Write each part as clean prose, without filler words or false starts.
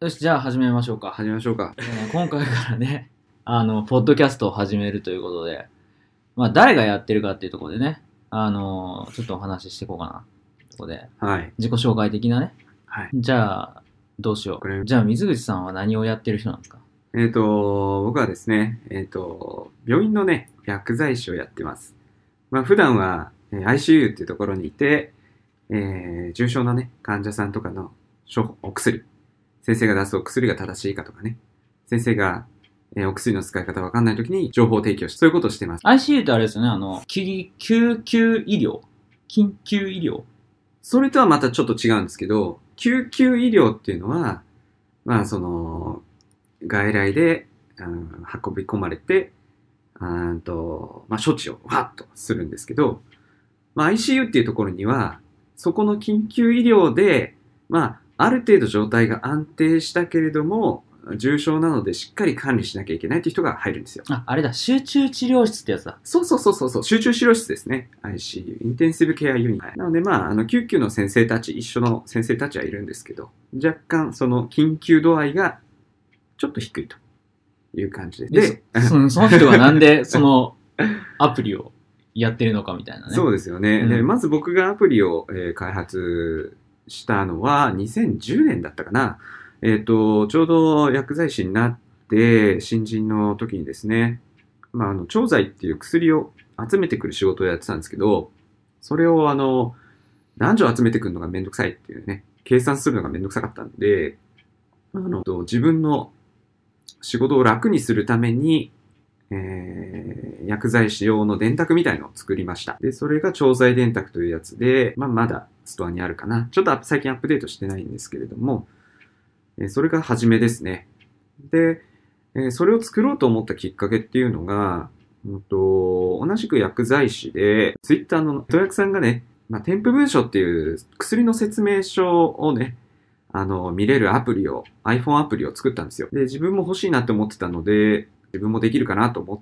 よし、じゃあ始めましょうか。 始めましょうか。 今回からね、ポッドキャストを始めるということで、まあ、誰がやってるかっていうところでね、ちょっとお話ししていこうかな。ところで、 はい。 自己紹介的なね。 はい。 じゃあ、どうしよう。じゃあ、水口さんは何をやってる人なんですか？ 僕はですね、病院のね、薬剤師をやってます。まあ、普段は、ICU っていうところにいて、重症なね、患者さんとかのお薬、先生が出すお薬が正しいかとかね、先生が、お薬の使い方わかんないときに情報提供して、そういうことをしてます。 ICU ってあれですよね、救急医療緊急医療それとはまたちょっと違うんですけど、救急医療っていうのは、まあ、外来で、運び込まれて、まあ、処置をわっとするんですけど、まあ、ICU っていうところには、そこの緊急医療で、まあ、ある程度状態が安定したけれども、重症なのでしっかり管理しなきゃいけないっていう人が入るんですよ。 あれだ、集中治療室ってやつだ。 そう、集中治療室ですね。ICU、インテンシブケアユニット。なので、まあ、救急の先生たち、一緒の先生たちはいるんですけど、若干その緊急度合いがちょっと低いという感じで。 で、その人がなんでそのアプリをやってるのかみたいなね。 そうですよね。で、まず僕がアプリを、開発したのは2010年だったかな。ちょうど薬剤師になって新人の時にですね、まあ、調剤っていう薬を集めてくる仕事をやってたんですけど、それを男女集めてくるのがめんどくさいっていうね、計算するのがめんどくさかったんで、自分の仕事を楽にするために、薬剤師用の電卓みたいのを作りました。で、それが調剤電卓というやつで、まあ、まだストアにあるかな。ちょっと最近アップデートしてないんですけれども、それが初めですね。で、それを作ろうと思ったきっかけっていうのが、同じく薬剤師で、ツイッターのト薬さんがね、まあ、添付文書っていう薬の説明書をね、見れるアプリを、iPhone アプリを作ったんですよ。で、自分も欲しいなって思ってたので、自分もできるかなと思って、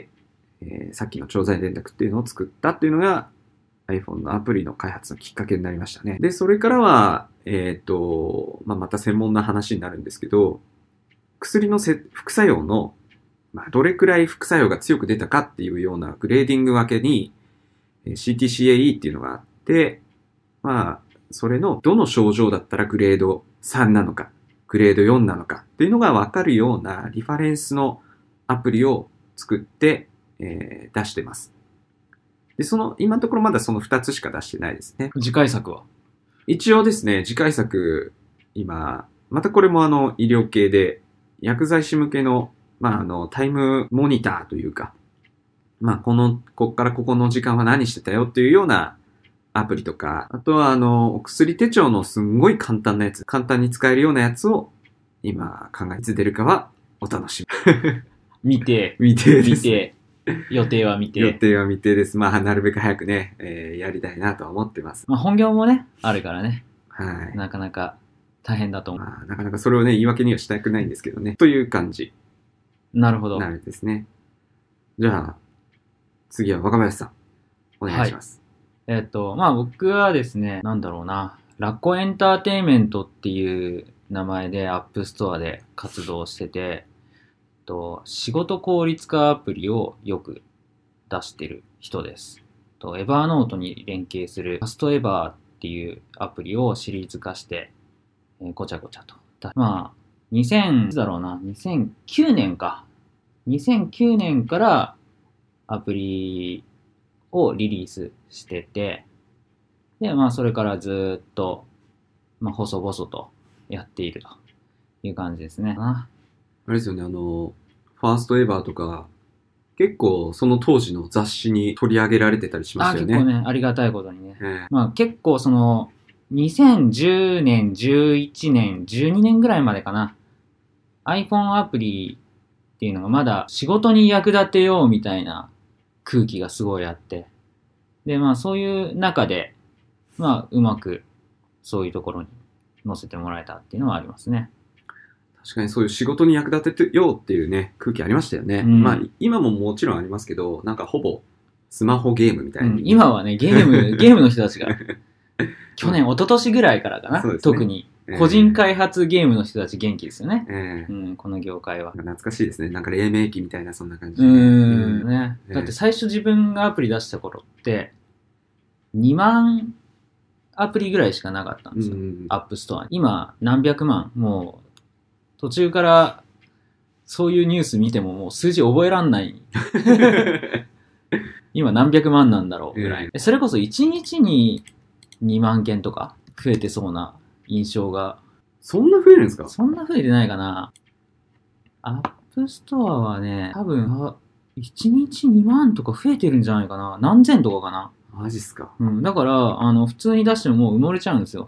さっきの調剤電卓っていうのを作ったっていうのが iPhone のアプリの開発のきっかけになりましたね。で、それからは、まあ、また専門な話になるんですけど、薬の副作用の、まあ、どれくらい副作用が強く出たかっていうようなグレーディング分けに CTCAE っていうのがあって、まあ、それのどの症状だったらグレード3なのか、グレード4なのかっていうのが分かるようなリファレンスのアプリを作って、出してます。で、今のところまだその2つしか出してないですね。 次回作は一応ですね、次回作、今、またこれも医療系で、薬剤師向けの、まあタイムモニターというか、まあこっからここの時間は何してたよっていうようなアプリとか、あとはお薬手帳のすんごい簡単なやつ、簡単に使えるようなやつを今考えて出るかはお楽しみ。未定です。 予定は未定。 予定は未定です。まあなるべく早くね、やりたいなとは思ってます。 まあ本業もね、あるからね。 はい。 なかなか大変だと思う。 まあ、なかなかそれをね、言い訳にはしたくないんですけどね。という感じ。 なるほど。 なるですね。じゃあ、次は若林さん。お願いします。 はい、まあ僕はですね、なんだろうな。ラッコエンターテイメントっていう名前でアップストアで活動してて、仕事効率化アプリをよく出してる人です。エバーノートに連携するファストエバーっていうアプリをシリーズ化して、ごちゃごちゃと。まあ、2009年か。2009年からアプリをリリースしてて、で、まあ、それからずっと、まあ、細々とやっているという感じですね。 あれですよね、ファーストエバーとか、結構その当時の雑誌に取り上げられてたりしましたよね。 結構ね、ありがたいことにね。まあ、結構2010年、11年、12年ぐらいまでかな。iPhone アプリっていうのがまだ仕事に役立てようみたいな空気がすごいあって。で、まあそういう中で、まあうまくそういうところに載せてもらえたっていうのはありますね。 確かにそういう仕事に役立てようっていうね、空気ありましたよね。まあ今ももちろんありますけど、なんかほぼスマホゲームみたいに、 今はね、ゲームの人たちが、去年、一昨年ぐらいからかな、特に個人開発ゲームの人たち元気ですよね。 ええ、 この業界は。 懐かしいですね。なんか黎明期みたいなそんな感じで。 ね。だって最初自分がアプリ出した頃って、2万アプリぐらいしかなかったんですよ。アップストアに。今、何百万。もう、途中からそういうニュース見てももう数字覚えらんない。今何百万なんだろうぐらい。それこそ1日に2万件とか増えてそうな印象が。 そんな増えるんですか？ そんな増えてないかな。アップストアはね、多分、1日2万とか増えてるんじゃないかな。何千とかかな。 マジっすか。 だから、普通に出してももう埋もれちゃうんですよ。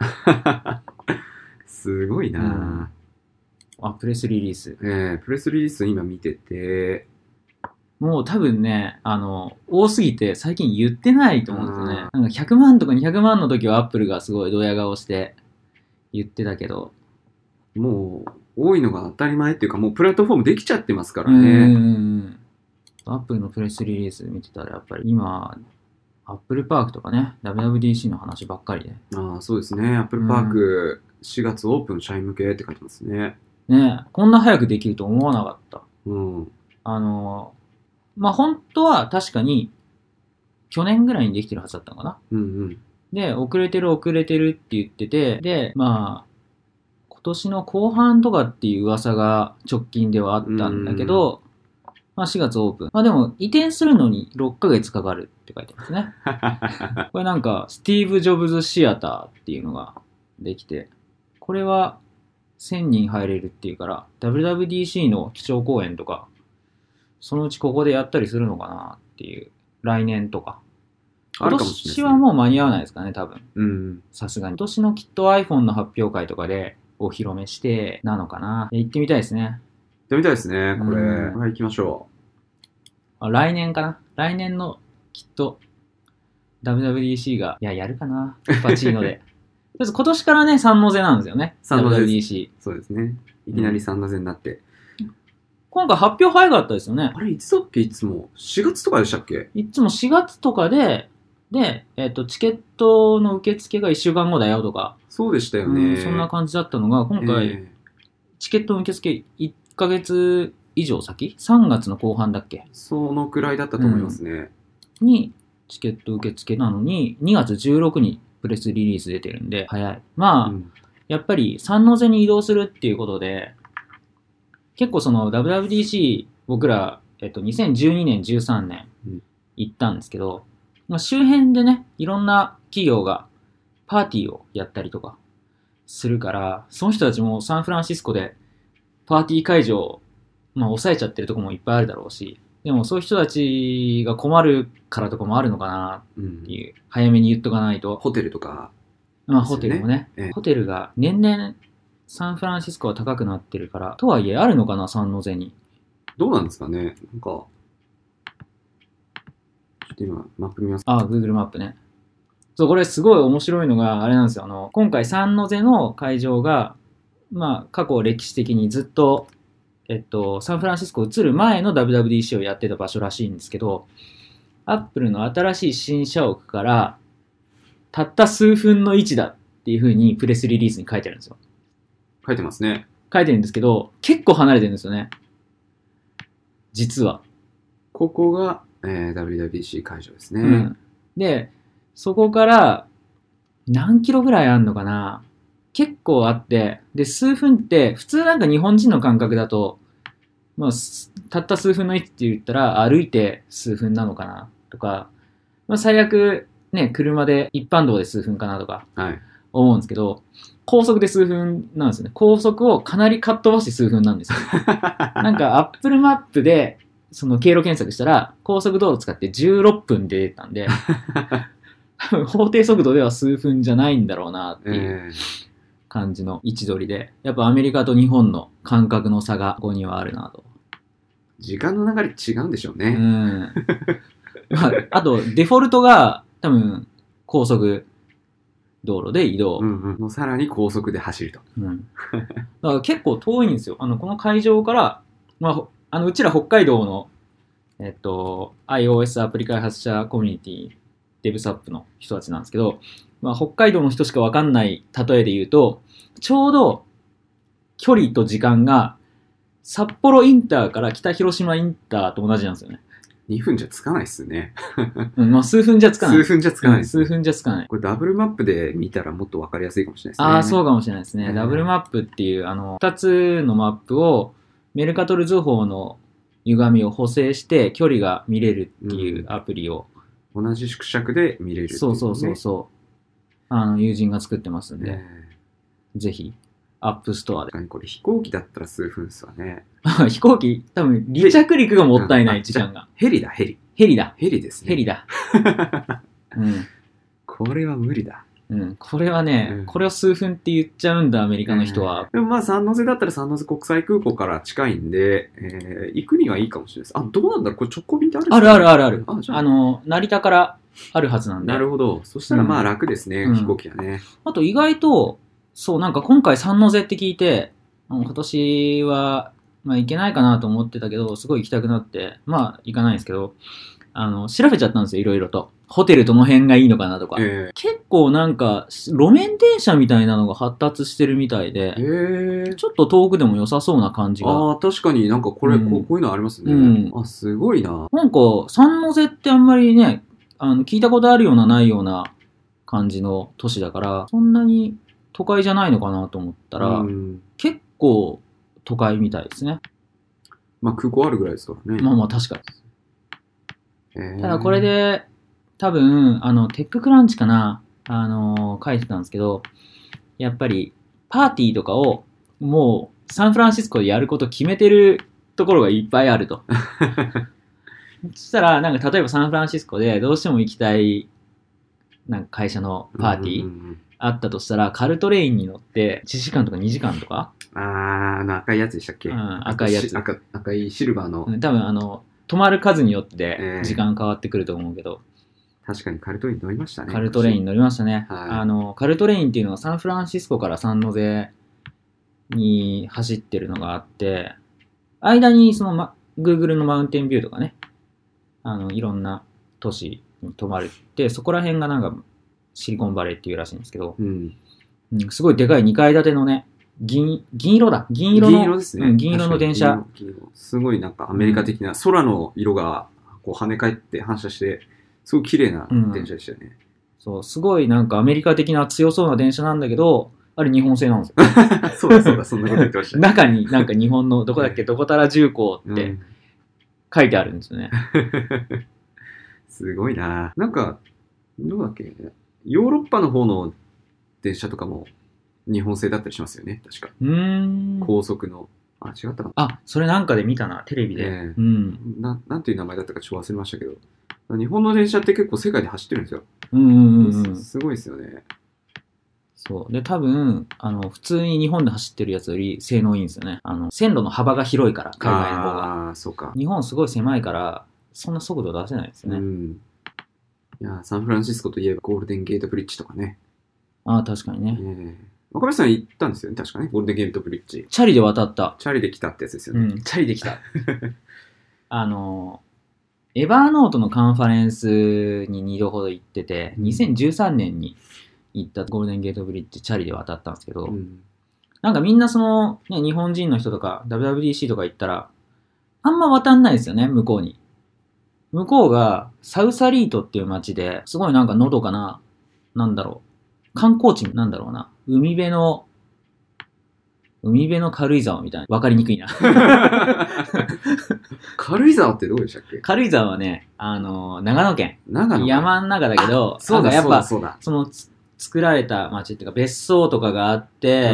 すごいなプレスリリース。 プレスリリース今見てて、 もう多分ね、多すぎて最近言ってないと思うんですよね。なんか100万とか200万の時はアップルがすごいドヤ顔して言ってたけど。 もう、多いのが当たり前っていうか、もうプラットフォームできちゃってますからね。 アップルのプレスリリース見てたらやっぱり今、アップルパークとかね、WWDC の話ばっかりで。 そうですね。アップルパーク4月オープン社員向けって書いてますね。 ね、こんな早くできると思わなかった。本当は確かに去年ぐらいにできてるはずだったのかな。で、遅れてるって言ってて、で、今年の後半とかっていう噂が直近ではあったんだけど、4月オープン。でも移転するのに6ヶ月かかるって書いてますね。これなんか、スティーブ・ジョブズ・シアターっていうのができて、これは1000人入れるっていうから、WWDC の基調講演とか、そのうちここでやったりするのかなっていう、来年とか。今年はもう間に合わないですかね、多分。さすがに。今年のきっと iPhone の発表会とかでお披露目してなのかな。行ってみたいですね。 行ってみたいですね、これ。行きましょう。来年かな。来年のきっと WWDC が、やるかな。パチーノで。とりあえず今年からね、サンノゼなんですよね。WWDC。 そうですね。いきなりサンノゼになって。 今回発表早かったですよね。 あれ、いつだっけ？いつも。4月とかでしたっけ？ いつも4月とかで、チケットの受付が1週間後だよとか。 そうでしたよね。 そんな感じだったのが、今回、チケットの受付1ヶ月以上先 ?3 月の後半だっけ？ そのくらいだったと思いますね。 に、チケット受付なのに、2月16にプレスリリース出てるんで、早い。やっぱり、サンノゼに移動するっていうことで、結構その WWDC 僕ら、2012年、13年行ったんですけど、周辺でね、いろんな企業がパーティーをやったりとかするから、その人たちもサンフランシスコでパーティー会場を、抑えちゃってるとこもいっぱいあるだろうし、でもそういう人たちが困るからとかもあるのかなっていう、早めに言っとかないと。 ホテルとか、 ホテルもね、ホテルが年々サンフランシスコは高くなってるから、とはいえあるのかな、サンノゼに。 どうなんですかね。なんか、ちょっと今、マップ見ます。 Google マップね。そう、これすごい面白いのが、あれなんですよ。今回サンノゼの会場が、過去歴史的にずっと、サンフランシスコ移る前の WWDC をやってた場所らしいんですけど、アップルの新しい新社屋から、たった数分の位置だっていう風にプレスリリースに書いてあるんですよ。 書いてますね。 書いてるんですけど、結構離れてるんですよね。実は。 ここが、WWDC 会場ですね。 で、そこから何キロぐらいあるのかな？結構あって、で、数分って、普通なんか日本人の感覚だと、たった数分の位置って言ったら歩いて数分なのかなとか、最悪ね、車で一般道で数分かなとか思うんですけど、高速で数分なんですよね。高速をかなりかっ飛ばして数分なんですよ。なんか Apple マップでその経路検索したら高速道路使って16分で出たんで、多分法定速度では数分じゃないんだろうなっていう感じの位置取りで、やっぱアメリカと日本の感覚の差がここにはあるなと。 時間の流れ違うんでしょうね。 あとデフォルトが多分高速道路で移動。 さらに高速で走ると。 だから結構遠いんですよ。この会場から、うちら北海道の、iOS アプリ開発者コミュニティ、デブサップの人たちなんですけど、 まあ、北海道の人しかわかんない例えで言うと、ちょうど距離と時間が札幌インターから北広島インターと同じなんですよね。 2分じゃつかないっすね。 まあ、数分じゃつかない。 数分じゃつかない、 数分じゃつかない。 これダブルマップで見たらもっとわかりやすいかもしれないですね。 ああ、そうかもしれないですね。ダブルマップっていう、2つのマップをメルカトル図法の歪みを補正して距離が見れるっていうアプリを、 同じ縮尺で見れるっていう、 ね。そう友人が作ってますんで、ぜひアップストアで。 これ飛行機だったら数分っすわね。 飛行機多分離着陸がもったいない時間が。 ヘリだ、ヘリ。 ヘリだ。 ヘリですね。 ヘリだ。 これは無理だ。 これはね、これを数分って言っちゃうんだ、アメリカの人は。 でもまあ、サンノゼだったらサンノゼ国際空港から近いんで、行くにはいいかもしれないです。あ、どうなんだろう、これ直行便ってあるんですか？ ある。成田からあるはずなんで。 なるほど。そしたらまあ楽ですね、飛行機はね。 あと意外と、なんか今回サンノゼって聞いて、今年は、まあ行けないかなと思ってたけど、すごい行きたくなって、まあ行かないんですけど、調べちゃったんですよ、いろいろと。ホテルどの辺がいいのかなとか。結構なんか、路面電車みたいなのが発達してるみたいで、ちょっと遠くでも良さそうな感じが。 ああ、確かになんかこれ、こういうのありますね。あ、すごいな。 なんか、サンノゼってあんまりね、聞いたことあるようなないような感じの都市だから、そんなに都会じゃないのかなと思ったら、結構都会みたいですね。 まあ空港あるぐらいですからね。 まあ確かに。ただこれで、多分、テッククランチかな、書いてたんですけど、やっぱり、パーティーとかを、もう、サンフランシスコでやること決めてるところがいっぱいあると。そしたら、なんか、例えばサンフランシスコでどうしても行きたい、なんか会社のパーティーあったとしたら、カルトレインに乗って、1時間とか2時間とか。 赤いやつでしたっけ？ 赤いやつ。 赤いシルバーの。 多分、泊まる数によって時間変わってくると思うけど。 確かにカルトレイン乗りましたね。 カルトレイン乗りましたね。カルトレインっていうのはサンフランシスコからサンノゼに走ってるのがあって、間にその、Google のマウンテンビューとかね、いろんな都市に泊まるって、そこら辺がなんかシリコンバレーっていうらしいんですけど、すごいでかい2階建てのね、銀色だ。銀色ですね。銀色の電車。 すごいなんかアメリカ的な空の色がこう跳ね返って反射して、すごい綺麗な電車でしたよね。 そう、すごいなんかアメリカ的な強そうな電車なんだけど、あれ日本製なんですよ。 そうだ、そんなこと言ってました、ね。 中になんか日本の、どこだっけ、どこたら重工って書いてあるんですよね。 すごいな。なんか、どうだっけ、ヨーロッパの方の電車とかも日本製だったりしますよね、確か。高速の。違ったかな。それなんかで見たな、テレビで。 なんていう名前だったかちょっと忘れましたけど。日本の電車って結構世界で走ってるんですよ。すごいですよね。 そう。で、多分、普通に日本で走ってるやつより性能いいんですよね。線路の幅が広いから、海外の方が。 そうか。 日本すごい狭いから、そんな速度出せないですよね。 いや、サンフランシスコといえばゴールデンゲートブリッジとかね。 確かにね。 若林さん行ったんですよね、確かね。ゴールデンゲートブリッジ。 チャリで渡った。 チャリで来たってやつですよね。 チャリで来た。エバーノートのカンファレンスに2度ほど行ってて、2013年に行ったゴールデンゲートブリッジチャリで渡ったんですけど、なんかみんな日本人の人とか WWDC とか行ったら、あんま渡んないですよね、向こうに。向こうがサウサリートっていう街で、すごいなんかのどかな、観光地なんだろうな。海辺の軽井沢みたいな。わかりにくいな。 軽井沢ってどこでしたっけ？ 軽井沢はね、長野県。山の中だけど、 そうだ、 やっぱ、作られた街っていうか、別荘とかがあって、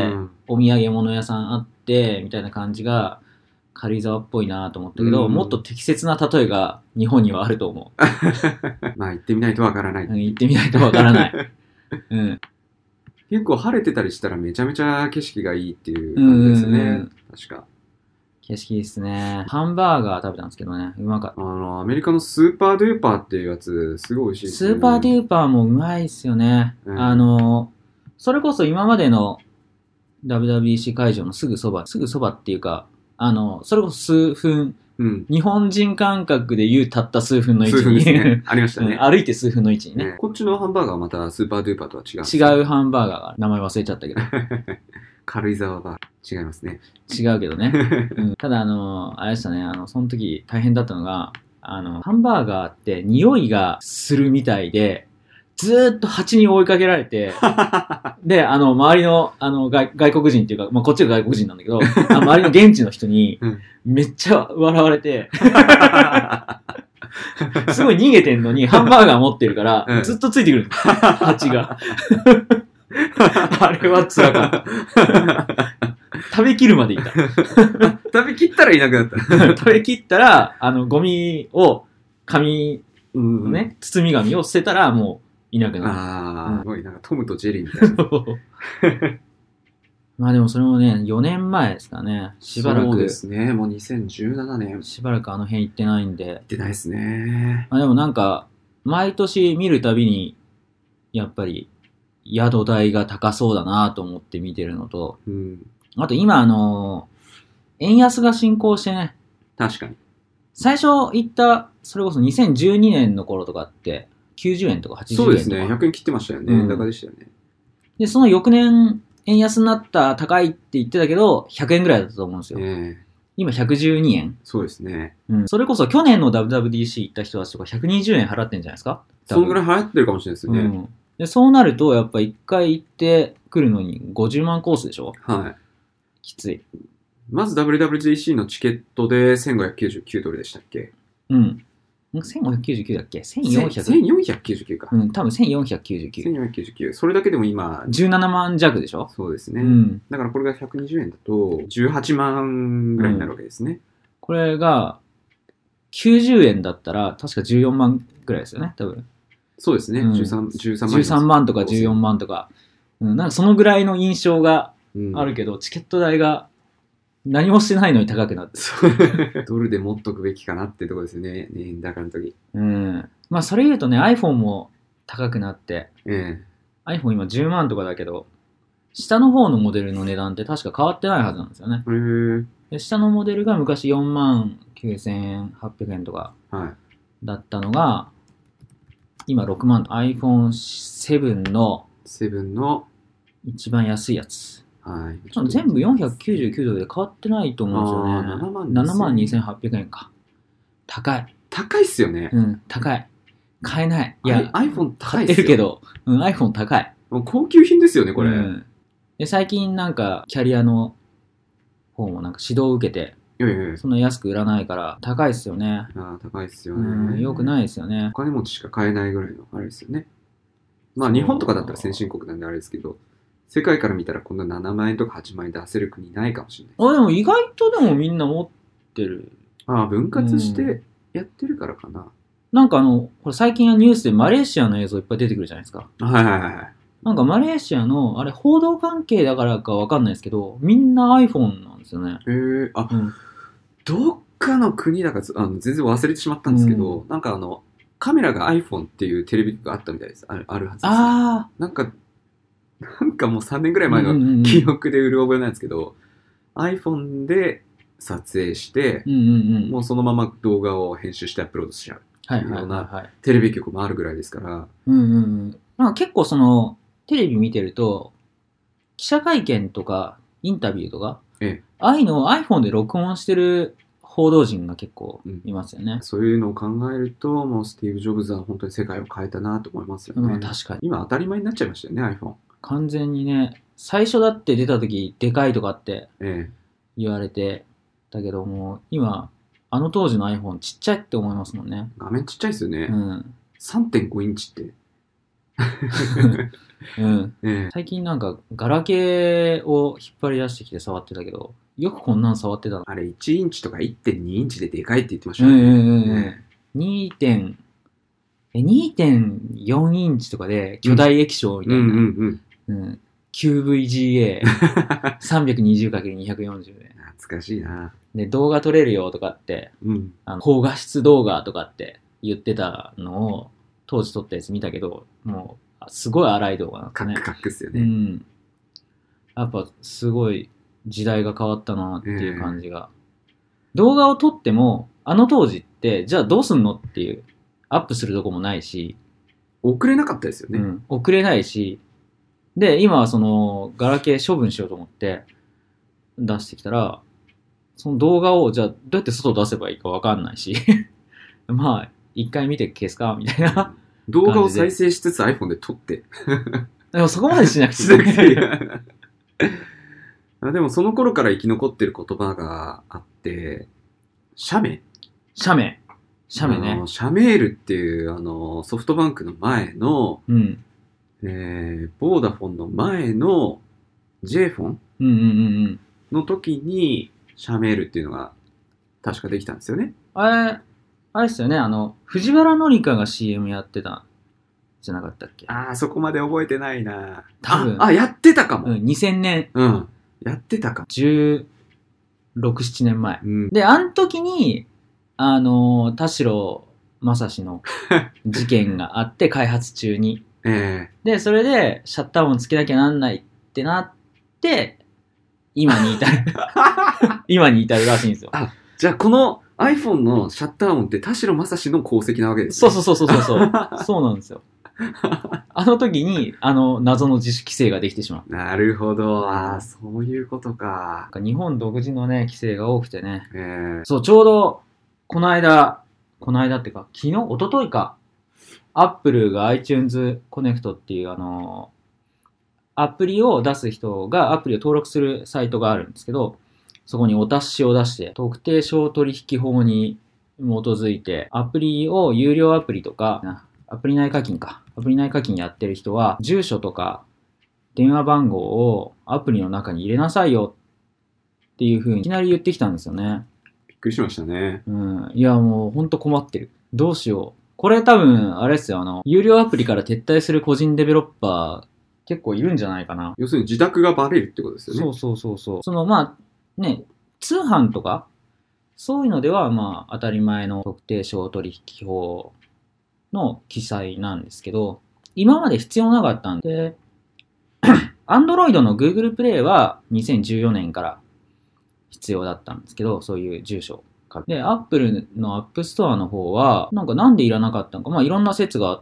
お土産物屋さんあって、みたいな感じが、軽井沢っぽいなと思ったけど、もっと適切な例えが日本にはあると思う。 まあ行ってみないとわからない。 行ってみないとわからない。 結構晴れてたりしたらめちゃめちゃ景色がいいっていう感じですね。確か。 景色いいっすね。ハンバーガー食べたんですけどね、うまかった。 アメリカのスーパードゥーパーっていうやつ、すごい美味しいですね。 スーパードゥーパーもうまいっすよね。それこそ今までの WWDC 会場のすぐそばっていうか、それこそ数分うん。 日本人感覚で言うたった数分の位数置に、 分ですね。ありましたね。 歩いて数分の位置にね。 ねこっちのハンバーガーはまたスーパードゥーパーとは違う。 違うハンバーガーが、名前忘れちゃったけど。 軽井沢バー。違いますね。 違うけどね。ただ、あれでしたね、その時大変だったのが、ハンバーガーって匂いがするみたいで、ずーっと蜂に追いかけられて、で、周りの、外国人っていうか、まあ、こっちが外国人なんだけど、周りの現地の人に、めっちゃ笑われて、すごい逃げてんのに、ハンバーガー持ってるから、ずっとついてくる。蜂が。あれは辛かった。食べきるまでいた。 食べきったらいなくなった。 食べきったら、ゴミを、紙のね、包み紙を捨てたら、もう、いなくなる。 ああ、すごい、なんかトムとジェリーみたいな。 まあでもそれもね、4年前ですかね。しばらく。 そうですね、もう2017年。 しばらくあの辺行ってないんで。 行ってないですね。 まあでもなんか、毎年見るたびに、やっぱり、宿代が高そうだなと思って見てるのと、あと今円安が進行してね。 確かに。 最初行った、それこそ2012年の頃とかって、90円とか80円とか。 そうですね、100円切ってましたよね。高でしたよね。 で、その翌年、円安になった高いって言ってたけど、100円ぐらいだったと思うんですよ。今112円。 そうですね。 それこそ去年の WWDC 行った人たちとか120円払ってんじゃないですか？ そのぐらい払ってるかもしれないですね。 でそうなると、やっぱ一回行ってくるのに50万コースでしょ？ はい。 きつい。 まず WWDC のチケットで1599ドルでしたっけ 1599だっけ ?1499 か。 多分1499。 1499。それだけでも今。 17万弱でしょ？ そうですね。だからこれが120円だと、18万ぐらいになるわけですね。 これが、90円だったら、確か14万ぐらいですよね、多分。 そうですね。13万。 13万とか14万とか。なんかそのぐらいの印象があるけど、チケット代が何もしてないのに高くなって。 ドルで持っとくべきかなってとこですよね。円高の時。 まあそれ言うとね、iPhone も高くなって。iPhone 今10万とかだけど、下の方のモデルの値段って確か変わってないはずなんですよね。で下のモデルが昔4万9800円とかだったのが、今6万、iPhone7 の一番安いやつ。全部499ドルで変わってないと思うんですよね。7万2800円か。高い。 高いっすよね。 高い。買えない。 いや、iPhone 高いっすよ。 買ってるけど、iPhone 高い。 高級品ですよね、これ。 で、最近なんか、キャリアの方もなんか指導を受けて、そんな安く売らないから高いっすよね。 高いっすよね。 よくないですよね。 お金持ちしか買えないぐらいのあれですよね。まあ日本とかだったら先進国なんであれですけど、世界から見たらこんな7万円とか8万円出せる国ないかもしれない。 でも意外とでもみんな持ってる。 分割してやってるからかな。 なんかこれ最近はニュースでマレーシアの映像いっぱい出てくるじゃないですか。なんかマレーシアの、あれ報道関係だからかわかんないですけど、みんな iPhone なんですよね。 どっかの国だか全然忘れてしまったんですけど、なんかカメラが iPhone っていうテレビ局があったみたいです。あるはずです。なんかもう3年ぐらい前の記憶でうる覚えなんですけど、iPhone で撮影して、もうそのまま動画を編集してアップロードしちゃうっていうようなテレビ局もあるぐらいですから。 なんか結構テレビ見てると、記者会見とかインタビューとか、ああいうのを iPhone で録音してる報道陣が結構いますよね。 そういうのを考えると、もうスティーブ・ジョブズは本当に世界を変えたなと思いますよね。 確かに。 今当たり前になっちゃいましたよね、iPhone。 完全にね、最初だって出た時でかいとかって言われてたけども、今、あの当時の iPhone ちっちゃいって思いますもんね。 画面ちっちゃいですよね。3.5 インチって。 最近なんかガラケーを引っ張り出してきて触ってたけど、よくこんなん触ってたの。 あれ1インチとか 1.2 インチででかいって言ってましたよね。 2.4 インチとかで巨大液晶みたいな。QVGA320×240 で。 懐かしいな。 で、動画撮れるよとかって、高画質動画とかって言ってたのを当時撮ったやつ見たけど、もうすごい荒い動画なんですね。 カックっすよね。 やっぱすごい時代が変わったなっていう感じが動画を撮っても、あの当時って、じゃあどうすんのっていう、アップするとこもないし、 送れなかったですよね。 送れないし、で、今はその、ガラケー処分しようと思って出してきたら、その動画を、じゃあどうやって外出せばいいかわかんないし、まあ、一回見て消すかみたいな。 動画を再生しつつ iPhone で撮って。 でもそこまでしなくてしなくていい。でもその頃から生き残ってる言葉があって、写メね。 写メールっていうソフトバンクの前の、ボーダフォンの前の J フォンの時に写メールっていうのが確かできたんですよね。 あれですよね、藤原紀香が CM やってたじゃなかったっけ？ そこまで覚えてないな。 多分。 やってたかも。 2000年。 やってたかも。 16、7年前。で、あの時に、田代正史の事件があって開発中に。で、それでシャッター音つけなきゃなんないってなって、今に至るらしいんですよ。 じゃあこの iPhone のシャッター音って田代正史の功績なわけですね。そう。そうなんですよ。あの時に、謎の自主規制ができてしまう。 なるほど。そういうことか。 日本独自のね、規制が多くてね。そう、ちょうど、この間っていうか、一昨日か。Apple が iTunes Connect っていうアプリを出す人がアプリを登録するサイトがあるんですけど、そこにお達しを出して、特定商取引法に基づいて、アプリを有料アプリとか、アプリ内課金やってる人は、住所とか電話番号をアプリの中に入れなさいよっていう風にいきなり言ってきたんですよね。 びっくりしましたね。 いや、もうほんと困ってる。どうしよう。これ多分、あれですよ、有料アプリから撤退する個人デベロッパー結構いるんじゃないかな。 要するに自宅がバレるってことですよね。 そう。まあ、ね、通販とか、そういうのでは、まあ、当たり前の特定商取引法の記載なんですけど、今まで必要なかったんで、Android の Google Play は2014年から必要だったんですけど、そういう住所。で、Apple の App Store の方は、なんでいらなかったのか、まあいろんな説があって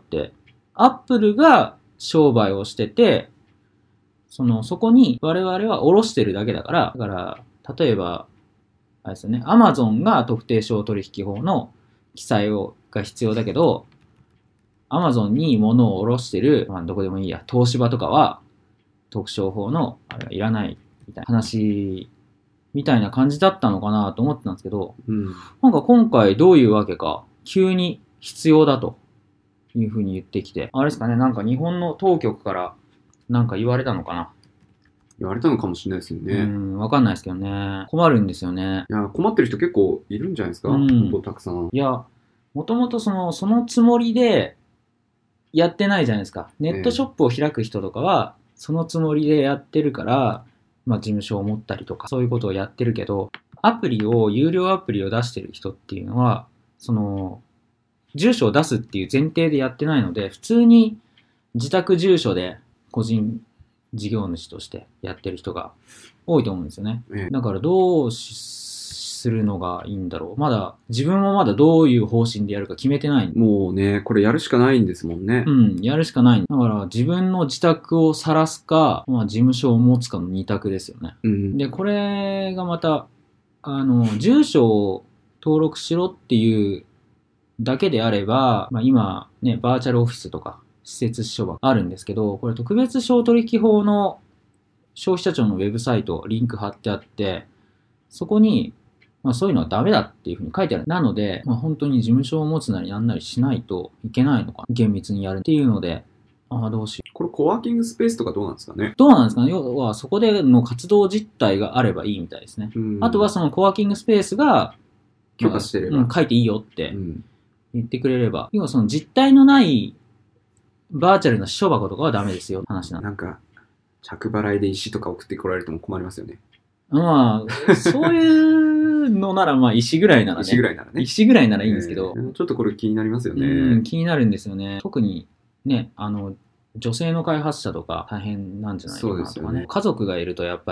、Apple が商売をしてて、そこに我々は下ろしてるだけだから、例えば、あれですよね、Amazon が特定商取引法の記載が必要だけど、Amazon に物を下ろしてる、まあどこでもいいや、東芝とかは、特商法のあれがいらないみたいな話みたいな感じだったのかなと思ってたんですけど、今回どういうわけか急に必要だというふうに言ってきて、あれですかね、日本の当局から言われたのかな。 言われたのかもしれないですよね。 わかんないですけどね。困るんですよね。 いや、困ってる人結構いるんじゃないですか。本当たくさん。 いや、もともとそのつもりでやってないじゃないですか。ネットショップを開く人とかは、そのつもりでやってるから、まあ事務所を持ったりとか、そういうことをやってるけど、有料アプリを出してる人っていうのは、住所を出すっていう前提でやってないので、普通に自宅住所で個人事業主としてやってる人が多いと思うんですよね。だからどうするのがいいんだろう。自分もまだどういう方針でやるか決めてない。 もうね、これやるしかないんですもんね。 やるしかない。だから自分の自宅を晒すか、まあ事務所を持つかの2択ですよね。で、これがまた、住所を登録しろっていうだけであれば、まあ今ね、バーチャルオフィスとか施設書があるんですけど、これ特別商取引法の消費者庁のウェブサイト、リンク貼ってあって、そこに、まあそういうのはダメだっていうふうに書いてある。なので、まあ本当に事務所を持つなりなんなりしないといけないのか。厳密にやるっていうので、どうしよう。 これコワーキングスペースとかどうなんですかね。 どうなんですかね。要はそこでの活動実態があればいいみたいですね。あとはそのコワーキングスペースが許可してれば、 書いていいよって言ってくれれば、要はその実態のないバーチャルな私書箱とかはダメですよ話なん着払いで石とか送ってこられるとも困りますよね。 まあ、そういうのならまあ石ぐらいならね。 石ぐらいならね。 石ぐらいならいいんですけど。 ちょっとこれ気になりますよね。 気になるんですよね。特にね、女性の開発者とか大変なんじゃないかなとかね。家族がいるとやっぱり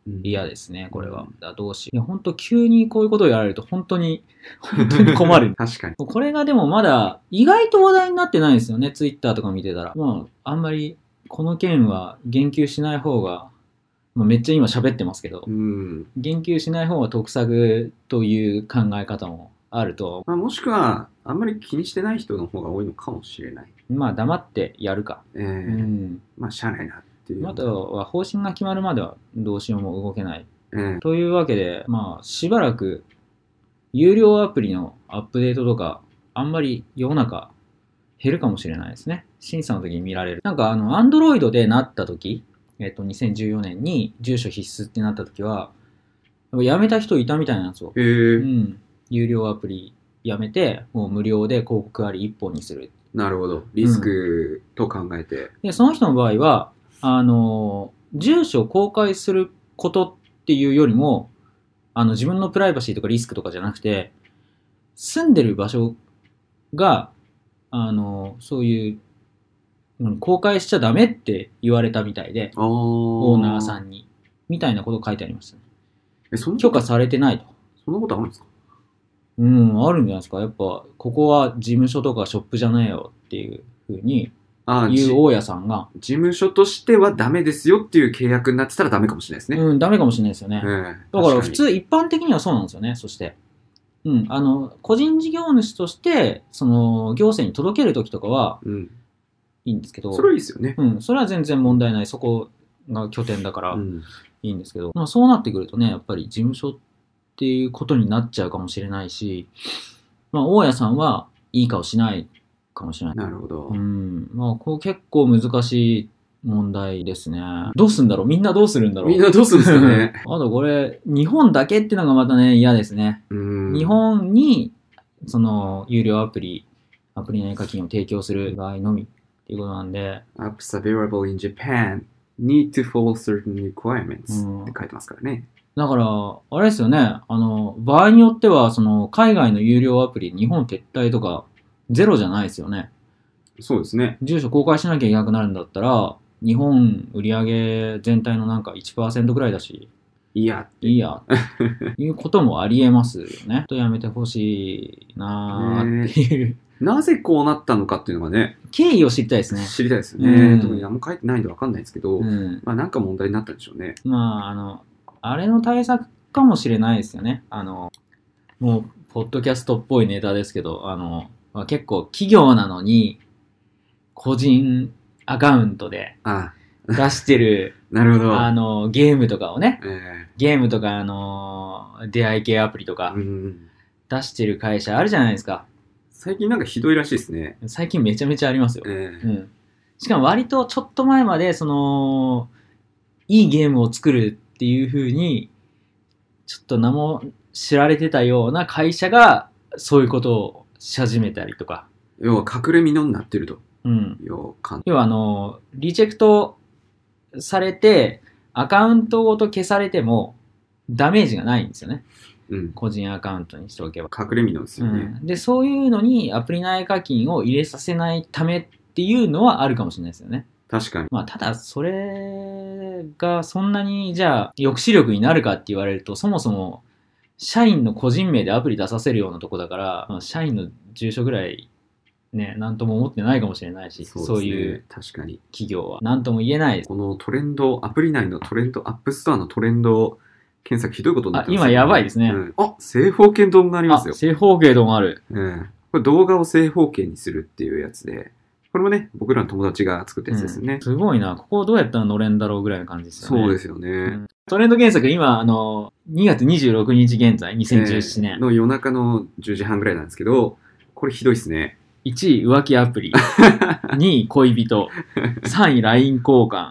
嫌ですね、これは。だどうしよう。いや、本当急にこういうことをやられると本当に困る。 確かに。 これがでもまだ意外と話題になってないですよね、ツイッターとか見てたら。まあ、あんまりこの件は言及しない方が、まあ、めっちゃ今喋ってますけど、言及しない方が得策という考え方もあると。 まあ、もしくは、あんまり気にしてない人の方が多いのかもしれない。 まあ、黙ってやるか。 まあ、しゃあないなっていう。 あとは方針が決まるまではどうしようも動けない。というわけで、まあ、しばらく有料アプリのアップデートとか、あんまり世の中減るかもしれないですね。審査の時に見られる。なんかAndroid でなった時、2014年に住所必須ってなった時は、やめた人いたみたいなんですよ。有料アプリやめて、もう無料で広告あり一本にする。 なるほど。リスクと考えて。 で、その人の場合は、住所を公開することっていうよりも、自分のプライバシーとかリスクとかじゃなくて、住んでる場所が、そういう、公開しちゃダメって言われたみたいで、オーナーさんに。みたいなこと書いてありましたね。許可されてないと。 そんなことあるんですか？ あるんじゃないですか。やっぱ、ここは事務所とかショップじゃないよっていうふうに言う大家さんが。 事務所としてはダメですよっていう契約になってたらダメかもしれないですね。 ダメかもしれないですよね。だから普通一般的にはそうなんですよね。そして。個人事業主として、行政に届けるときとかは、いいんですけど。 それはいいですよね。 それは全然問題ない。そこが拠点だからいいんですけど。そうなってくるとね、やっぱり事務所っていうことになっちゃうかもしれないし、大家さんはいい顔しないかもしれない。 なるほど。 これ結構難しい問題ですね。どうすんだろう？みんなどうするんだろう？ みんなどうするんですかね。 あとこれ、日本だけってのがまたね、嫌ですね。日本に、有料アプリ内課金を提供する場合のみっていうことなんで。 Apps available in Japan need to follow certain requirements って書いてますからね。 だから、あれですよね。場合によっては、海外の有料アプリ、日本撤退とか、ゼロじゃないですよね。 そうですね。 住所公開しなきゃいけなくなるんだったら、日本売上全体のなんか 1% ぐらいだし、いいや、いうこともありえますよね。とやめてほしいなーっていう。 なぜこうなったのかっていうのがね。 経緯を知りたいですね。 知りたいですよね。特に何も書いてないんでわかんないですけど、なんか問題になったんでしょうね。 あれの対策かもしれないですよね。もう、ポッドキャストっぽいネタですけど、結構企業なのに、個人アカウントで出してる、 なるほど。 ゲームとかをね、ゲームとか出会い系アプリとか出してる会社あるじゃないですか。 最近なんかひどいらしいですね。 最近めちゃめちゃありますよ。しかも割とちょっと前まで、いいゲームを作るっていう風に、ちょっと名も知られてたような会社が、そういうことをし始めたりとか。 要は隠れ蓑になってると。 要はリジェクトされて、アカウントごと消されても、ダメージがないんですよね。個人アカウントにしておけば。 隠れ蓑ですよね。 で、そういうのにアプリ内課金を入れさせないためっていうのはあるかもしれないですよね。 確かに。 ただ、それがそんなに、じゃあ、抑止力になるかって言われると、そもそも、社員の個人名でアプリ出させるようなとこだから、社員の住所ぐらい、ね、なんとも思ってないかもしれないし、そういう企業は。なんとも言えない。 このトレンド、アプリ内のトレンド、アップストアのトレンド検索ひどいことになってますね。 今やばいですね。 正方形丼がありますよ。 正方形丼ある。 これ動画を正方形にするっていうやつで、これもね、僕らの友達が作ったやつですね。 すごいな。ここどうやったら乗れんだろうぐらいの感じですよね。 そうですよね。 トレンド検索、今、2月26日現在、2017年。 の夜中の10時半ぐらいなんですけど、これひどいですね。 1位浮気アプリ。2位恋人。3位 LINE 交換。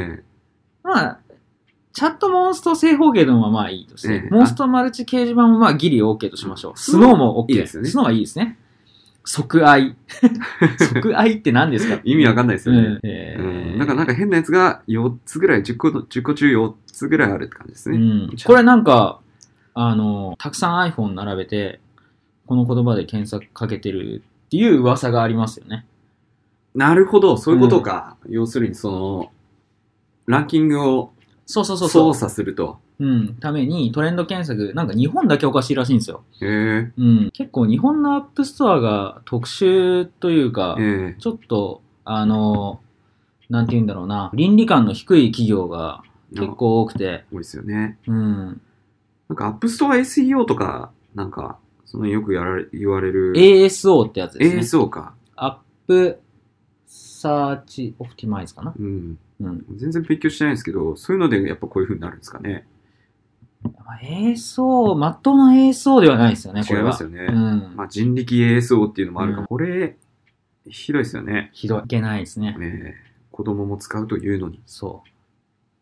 チャットモンスト正方形丼はいいとして、モンストマルチ掲示板もギリ OK としましょう。スノーも OK ですよね。スノーはいいですね。即愛。即愛って何ですか？ 意味わかんないですよね。なんか変なやつが4つぐらい、10個中4つぐらいあるって感じですね。 これなんか、たくさん iPhone 並べて、この言葉で検索かけてるっていう噂がありますよね。 なるほど、そういうことか。要するにランキングを操作すると。 ためにトレンド検索、なんか日本だけおかしいらしいんですよ。 へ結構日本のアップストアが特殊というか、 え。 ちょっと、なんて言うんだろうな、倫理観の低い企業が結構多くて、 多いですよね。 うん。 なんかアップストア SEO とか、なんか、そのよく言われる。 ASO ってやつですね。 ASO か。 アップサーチオプティマイズかな。 全然勉強してないんですけど、そういうのでやっぱこういう風になるんですかね。 ASO、まっとうな ASO ではないですよね、これは。 違いますよね。まあ人力 ASO っていうのもあるから、これ、ひどいですよね。 ひどい。いけないですね。 子供も使うというのに。 そう。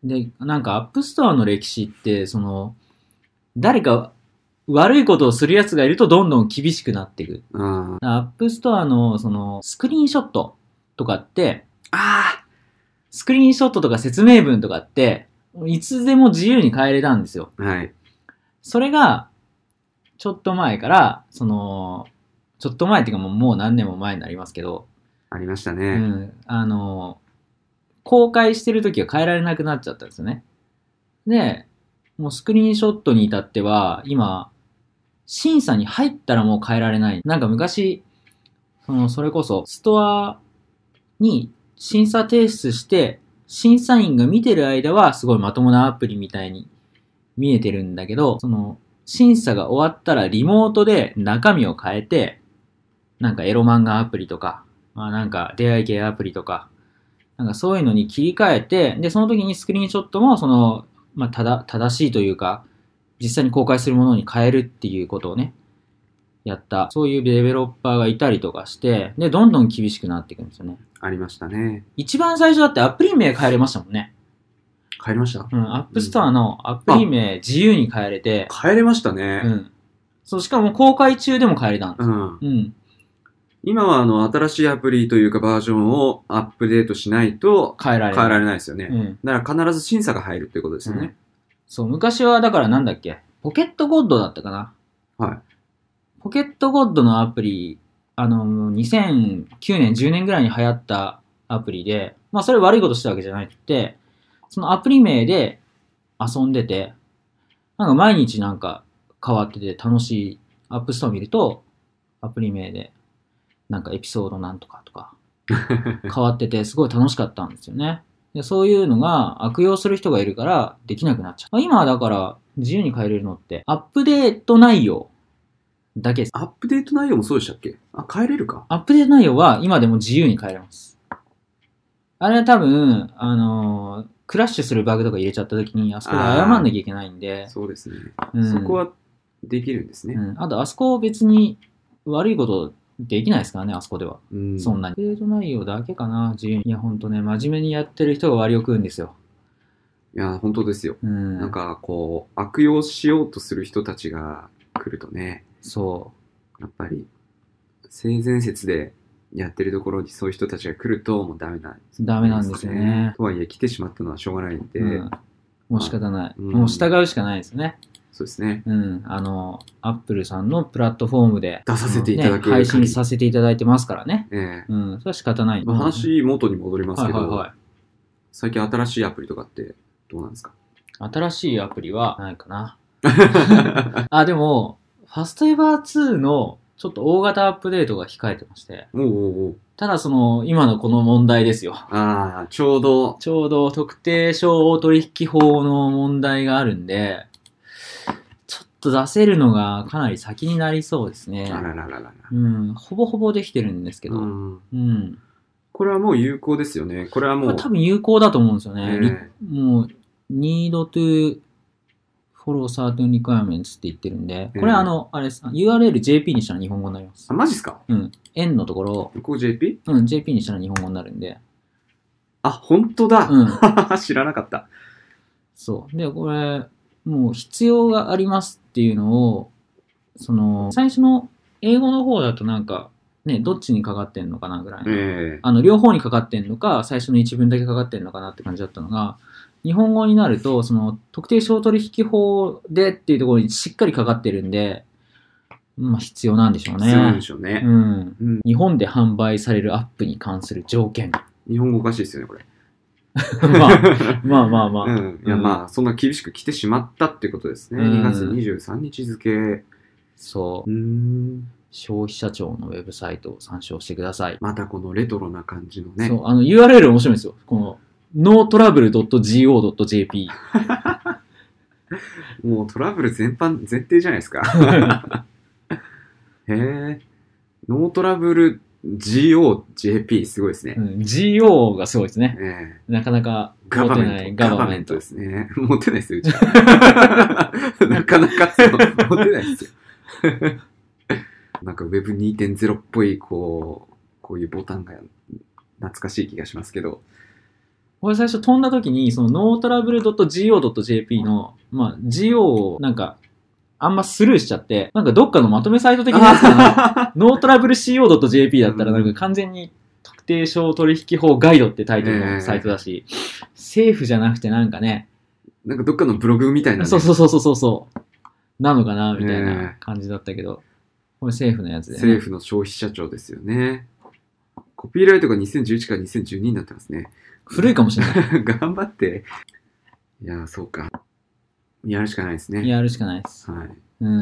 で、なんかアップストアの歴史って、誰か悪いことをする奴がいるとどんどん厳しくなっていく。アップストアのスクリーンショットとかって、スクリーンショットとか説明文とかって、いつでも自由に変えれたんですよ。 はい。 それが、ちょっと前から、ちょっと前っていうかもう何年も前になりますけど、 ありましたね。 公開してるときは変えられなくなっちゃったんですよね。で、もうスクリーンショットに至っては、今、審査に入ったらもう変えられない。なんか昔、それこそ、ストアに審査提出して、審査員が見てる間はすごいまともなアプリみたいに見えてるんだけど、審査が終わったらリモートで中身を変えて、なんかエロ漫画アプリとか、なんか出会い系アプリとか、なんかそういうのに切り替えて、で、その時にスクリーンショットも正しいというか、実際に公開するものに変えるっていうことをね、やった。そういうデベロッパーがいたりとかして、で、どんどん厳しくなっていくんですよね。 ありましたね。 一番最初だってアプリ名変えれましたもんね。 変えました？ アップストアのアプリ名自由に変えれて。 変えれましたね。 そう、しかも公開中でも変えれたんですよ。 今は新しいアプリというかバージョンをアップデートしないと変えられないですよね。だから必ず審査が入るっていうことですよね。 そう、昔はだからなんだっけ、ポケットゴッドだったかな。 はい。 ポケットゴッドのアプリ、2009年、10年ぐらいに流行ったアプリで、それ悪いことしたわけじゃなくて、そのアプリ名で遊んでて、なんか毎日なんか変わってて楽しい。アップストア見ると、アプリ名で、なんかエピソードなんとかとか、変わってて、すごい楽しかったんですよね。で、そういうのが悪用する人がいるからできなくなっちゃう。今はだから自由に変えれるのって、アップデート内容だけです。 アップデート内容もそうでしたっけ？変えれるか？ アップデート内容は今でも自由に変えれます。あれは多分、クラッシュするバグとか入れちゃった時に、あそこで謝んなきゃいけないんで。 そうですね。そこはできるんですね。 あと、あそこ別に悪いことできないですからね、あそこでは。そんなに。アップデート内容だけかな、自由に。いや、ほんとね、真面目にやってる人が割を食うんですよ。 いや、本当ですよ。なんか、悪用しようとする人たちが来るとね。そう。やっぱり、性善説でやってるところにそういう人たちが来るともうダメなんですね。 ダメなんですよね。 とはいえ来てしまったのはしょうがないんで。 もう仕方ない。もう従うしかないですね。 そうですね。 アップルさんのプラットフォームで出させていただく、 配信させていただいてますからね。それは仕方ない。 話元に戻りますけど、最近新しいアプリとかってどうなんですか？ 新しいアプリはないかな。でも、ファストエバー2のちょっと大型アップデートが控えてまして。ただ今のこの問題ですよ。 ちょうど特定商取引法の問題があるんで、ちょっと出せるのがかなり先になりそうですね。ほぼほぼできてるんですけど。 これはもう有効ですよね。これはもう。 多分有効だと思うんですよね。もう、need to follow certain requirements って言ってるんで、これあれです。URL JP にしたら日本語になります。 マジっすか N のところ。 ここ JP？ JP にしたら日本語になるんで。 本当だ。知らなかった。 そう。で、これ、もう必要がありますっていうのを、最初の英語の方だとなんか、ね、どっちにかかってんのかなぐらいの。両方にかかってんのか、最初の一文だけかかってんのかなって感じだったのが、日本語になると、特定商取引法でっていうところにしっかりかかってるんで、必要なんでしょうね。 必要なんでしょうね。 日本で販売されるアップに関する条件。 日本語おかしいですよね、これ。 まあ。 うん。いや、まあ、そんな厳しく来てしまったってことですね。 うん 2月23日付。 そう。消費者庁のウェブサイトを参照してください。 またこのレトロな感じのね。 そう、URL 面白いんですよ。この、notrouble.go.jp。 もうトラブル全般、前提じゃないですか。へえ。ノートラブル GOJP すごいですね。 GO がすごいですね。なかなかガバ持てないメント。ガバメントで。 ですすね。持てないですよ、うちは。なかなか持てないですよ。なんか Web2.0 っぽい、こういうボタンが懐かしい気がしますけど。 これ最初飛んだ時に、その notrouble.go.jp の、GO をなんか、あんまスルーしちゃって、なんかどっかのまとめサイト的なやつかな。notrouble.co.jp だったらなんか完全に特定商取引法ガイドってタイトルのサイトだし、政府じゃなくてなんかね、 なんかどっかのブログみたいな、ね。 そう。なのかなみたいな感じだったけど、これ政府のやつで、ね。 政府の消費者庁ですよね。コピーライトが2011から2012になってますね。 古いかもしれない。 頑張って。いや、そうか。やるしかないですね。 やるしかないです。 はい。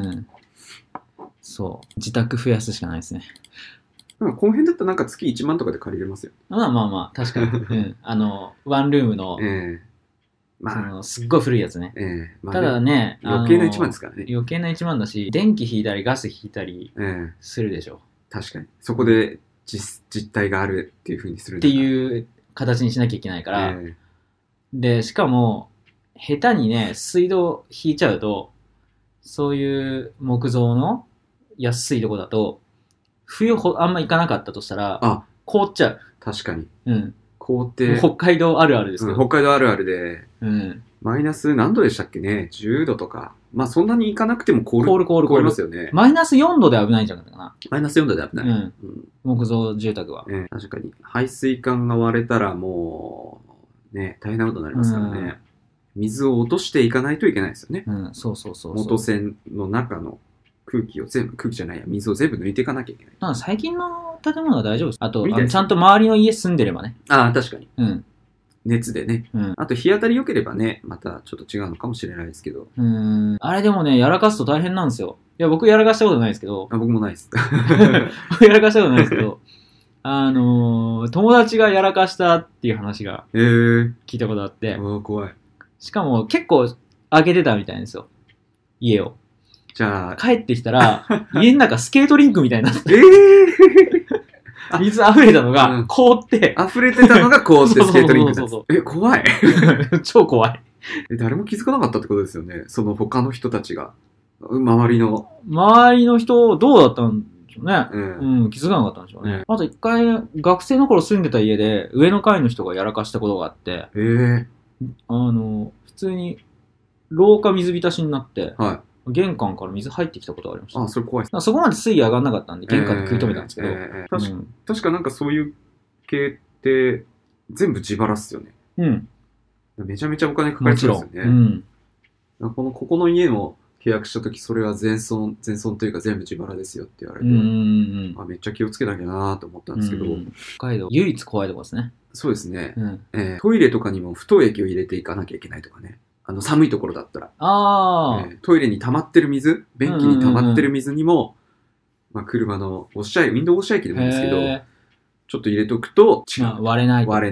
そう。自宅増やすしかないですね。 この辺だったらなんか月1万とかで借りれますよ。 まあ、確かに。ワンルームの、すっごい古いやつね。ただね、 余計な1万ですからね。 余計な1万だし、電気引いたりガス引いたりするでしょ。 確かに。そこで実態があるっていう風にするっていう形にしなきゃいけないから。で、しかも、下手にね、水道引いちゃうと、そういう木造の安いとこだと、冬あんま行かなかったとしたら、凍っちゃう。 確かに。 凍って。北海道あるあるですけど。 北海道あるあるで、マイナス何度でしたっけね ?10 度とか。まあそんなに行かなくても凍りますよね。 マイナス4度で危ないんじゃないかな。 マイナス4度で危ない。 木造住宅は。 確かに。排水管が割れたらもう、ね、大変なことになりますからね。水を落としていかないといけないですよね。 そう。 元栓の中の空気じゃないや、水を全部抜いていかなきゃいけない。 最近の建物は大丈夫です。あと、ちゃんと周りの家住んでればね。 確かに。熱でね。あと、日当たり良ければね、またちょっと違うのかもしれないですけど。 あれでもね、やらかすと大変なんですよ。いや、僕やらかしたことないですけど。 僕もないです。 僕やらかしたことないですけど。友達がやらかしたっていう話が聞いたことあって。 怖い。 しかも結構開けてたみたいなんですよ。家を。 じゃあ。 帰ってきたら、家の中スケートリンクみたいになって。水溢れたのが凍って。 溢れてたのが凍ってスケートリンクだ。怖い。 超怖い。 誰も気づかなかったってことですよね。その他の人たちが。周りの人、どうだったんでしょうね。気づかなかったんでしょうね。あと一回、学生の頃住んでた家で、上の階の人がやらかしたことがあって、普通に廊下水浸しになって、玄関から水入ってきたことがありました。 それ怖いです。 そこまで水位上がんなかったんで、玄関で食い止めたんですけど。 確かなんかそういう系って全部自腹っすよね。めちゃめちゃお金かかりそうですよね。ここの家の契約した時それは全損というか全部自腹ですよって言われて、めっちゃ気をつけなきゃなと思ったんですけど。 北海道唯一怖いとこですね。 そうですね。トイレとかにも不凍液を入れていかなきゃいけないとかね。寒いところだったら。トイレに溜まってる水、便器に溜まってる水にも、車のウィンドウウォッシャー液でもいいんですけど、ちょっと入れとくと割れないと。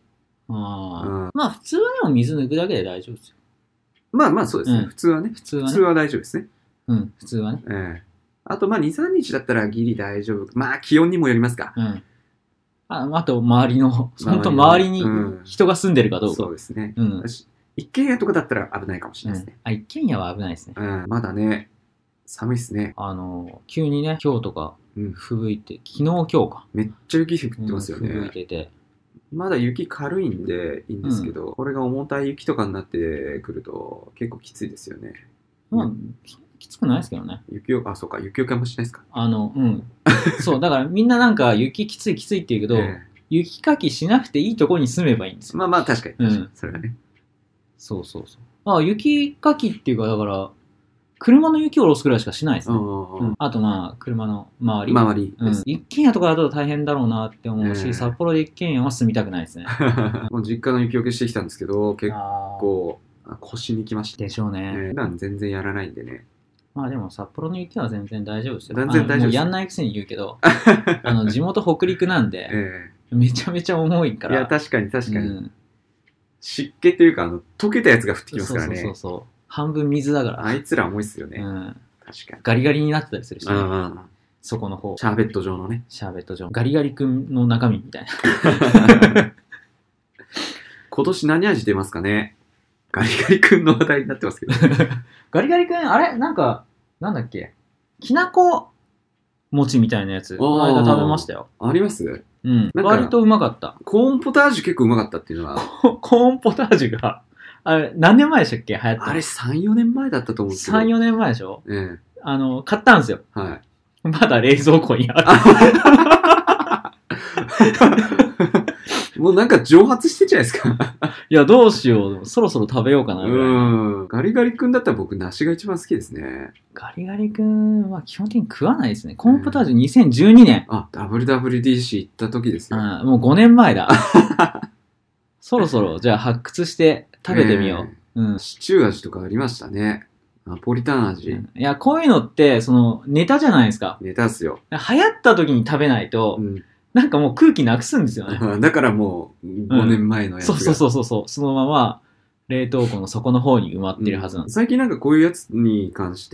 普通はでも水抜くだけで大丈夫ですよ。 そうですね。普通はね。普通は大丈夫ですね。 普通はね。 あと2、3日だったらギリ大丈夫。気温にもよりますか。 あと周りの、本当周りに人が住んでるかどうか。 そうですね。一軒家とかだったら危ないかもしれないですね。 一軒家は危ないですね。 まだね、寒いですね。 急にね、今日とか吹雪いて、昨日今日か。 めっちゃ雪降ってますよね。 吹雪いてて。 まだ雪軽いんでいいんですけど、これが重たい雪とかになってくると結構きついですよね。 きつくないですけどね。 そうか、雪よけもしないですか。 そう、だからみんななんか雪きついって言うけど、雪かきしなくていいとこに住めばいいんですよ。 確かに。それはね。 そう。雪かきっていうか、だから、 車の雪を下ろすくらいしかしないですね。 うんあとまあ、車の周り。 周りです。 一軒家とかだと大変だろうなって思うし、 ええ札幌で一軒家は住みたくないですね。 もう実家の雪除けしてきたんですけど、結構腰にきました。 でしょうね。 普段全然やらないんでね。 まあでも札幌の雪は全然大丈夫ですよ。 全然大丈夫です。 もうやんないくせに言うけど、地元北陸なんで、めちゃめちゃ重いから。 いや、確かに。湿気というか、溶けたやつが降ってきますからね。 そう。半分水だから。 あいつら重いっすよね。確かに。 ガリガリになってたりするしね。そこの方。 シャーベット状のね。 シャーベット状。ガリガリ君の中身みたいな。 今年何味出ますかね。ガリガリ君の話題になってますけど。 ガリガリ君、あれなんだっけ、きなこ餅みたいなやつ、この間食べましたよ。 あります？ うん。割とうまかった。 コーンポタージュ結構うまかったっていうのは。 コーンポタージュが、あれ、何年前でしたっけ、流行った。 あれ、3、4年前だったと思うんですけど。 3、4年前でしょ？買ったんですよ。 はい。 まだ冷蔵庫にある。 もうなんか蒸発してんじゃないですか。 いや、どうしよう。そろそろ食べようかなぐらい。 ガリガリ君だったら僕、梨が一番好きですね。 ガリガリ君は基本的に食わないですね。コーンポタージュ2012年。 WWDC 行った時ですよ。 もう5年前だ。そろそろ、じゃあ発掘して食べてみよう。 シチュー味とかありましたね。ナポリタン味。 いや、こういうのって、ネタじゃないですか。 ネタっすよ。 流行った時に食べないと、なんかもう空気なくすんですよね。 だからもう、5年前のやつが。 そう。そのまま、冷凍庫の底の方に埋まってるはずなんです。 最近なんかこういうやつに関して、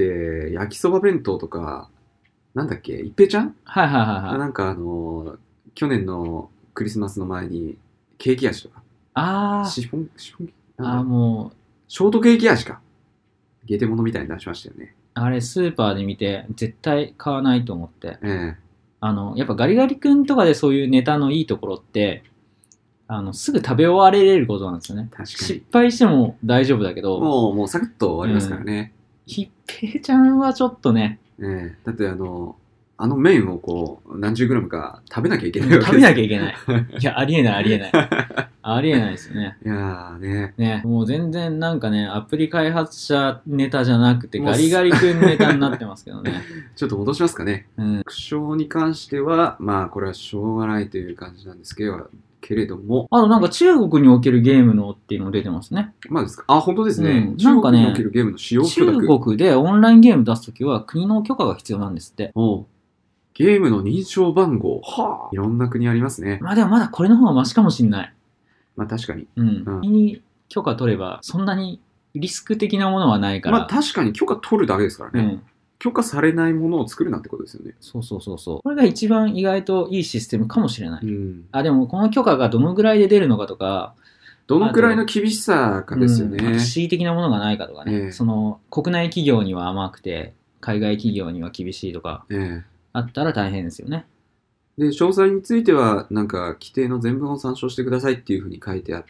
焼きそば弁当とか、なんだっけ、一平ちゃん？ はい。 なんか去年のクリスマスの前に、ケーキ味とか。シフォンもう、 ショートケーキ味か。ゲテモノみたいに出しましたよね。 あれ、スーパーで見て、絶対買わないと思って。やっぱガリガリ君とかでそういうネタのいいところって、すぐ食べ終われることなんですよね。 確かに。 失敗しても大丈夫だけど。 もうサクッと終わりますからね。 ひっぺいちゃんはちょっとね。 だって麺をこう、何十グラムか食べなきゃいけないわけです。 食べなきゃいけない。いや、ありえない。ありえないですよね。 いやーね。もう全然なんかね、アプリ開発者ネタじゃなくて、ガリガリ君ネタになってますけどね。 ちょっと戻しますかね。苦笑に関しては、まあ、これはしょうがないという感じなんですけれども。 なんか中国におけるゲームのっていうの出てますね。 まあですか。本当ですね。 なんかね、 中国におけるゲームの使用許可。 中国でオンラインゲーム出すときは国の許可が必要なんですって。 ゲームの認証番号。いろんな国ありますね。 まあでもまだこれの方がマシかもしんない。 まあ確かに。 国に許可取れば、そんなにリスク的なものはないから。 まあ確かに許可取るだけですからね。許可されないものを作るなってことですよね。 そう。これが一番意外といいシステムかもしれない。でもこの許可がどのぐらいで出るのかとか、 どのくらいの厳しさかですよね。 恣意的なものがないかとかね。国内企業には甘くて、海外企業には厳しいとか、あったら大変ですよね。 で、詳細については、なんか、規定の全文を参照してくださいっていうふうに書いてあって、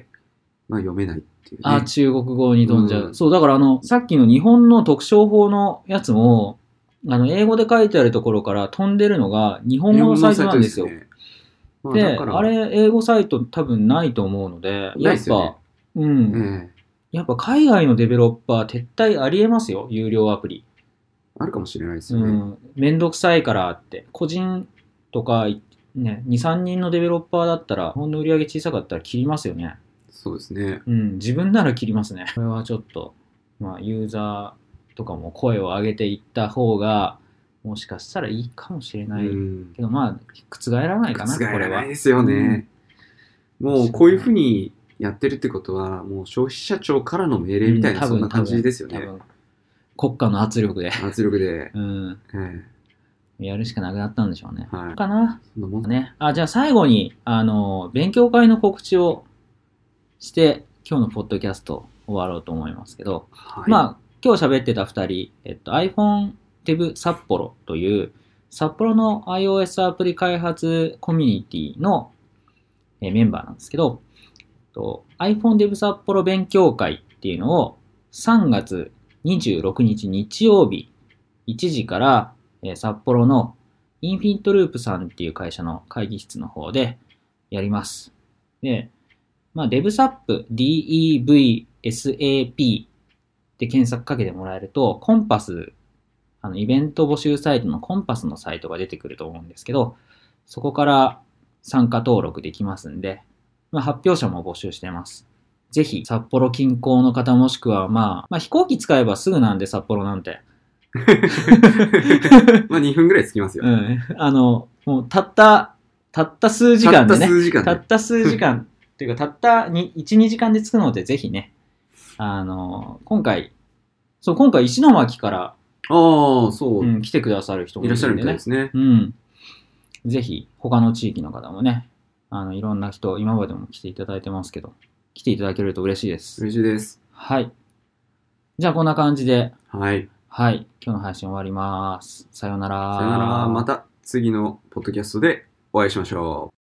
まあ読めないっていうね。 中国語に飛んじゃう。そう、だからさっきの日本の特商法のやつも、英語で書いてあるところから飛んでるのが日本語のサイトなんですよ。で、あれ、英語サイト多分ないと思うので、やっぱ、やっぱ海外のデベロッパー撤退ありえますよ、有料アプリ。 あるかもしれないですよね。 めんどくさいからって。個人とか、ね、2、3人のデベロッパーだったら、ほんの売り上げ小さかったら切りますよね。 そうですね。 自分なら切りますね。これはちょっと、まあ、ユーザーとかも声を上げていった方が、もしかしたらいいかもしれないけど、まあ、覆らないかな、これは。 覆らないですよね。もう、こういうふうにやってるってことは、もう消費者庁からの命令みたいな、そんな感じですよね。 国家の圧力で。やるしかなくなったんでしょうね。かな。じゃあ最後に、勉強会の告知をして、今日のポッドキャスト終わろうと思いますけど、まあ、今日喋ってた2人、iPhone Dev 札幌という、札幌の iOS アプリ開発コミュニティのメンバーなんですけど、iPhone Dev 札幌勉強会っていうのを3月26日日曜日1時から札幌のインフィニットループさんっていう会社の会議室の方でやります。で、まあ DevSap、DEVSAP っで検索かけてもらえると、コンパス、イベント募集サイトのコンパスのサイトが出てくると思うんですけど、そこから参加登録できますんで、発表者も募集してます。ぜひ、札幌近郊の方もしくは、飛行機使えばすぐなんで、札幌なんて。 2分ぐらい着きますよ。 もうたった数時間でね。 たった数時間っていうか、たった1、2時間で着くので、ぜひね、今回石巻から、来てくださる人もいらっしゃるみたいですね。 ぜひ、他の地域の方もね、いろんな人、今までも来ていただいてますけど、来ていただけると嬉しいです。 嬉しいです。 はい。じゃあ、こんな感じで、 はい。 今日の配信終わります。さようなら。 さようなら。また次のポッドキャストでお会いしましょう。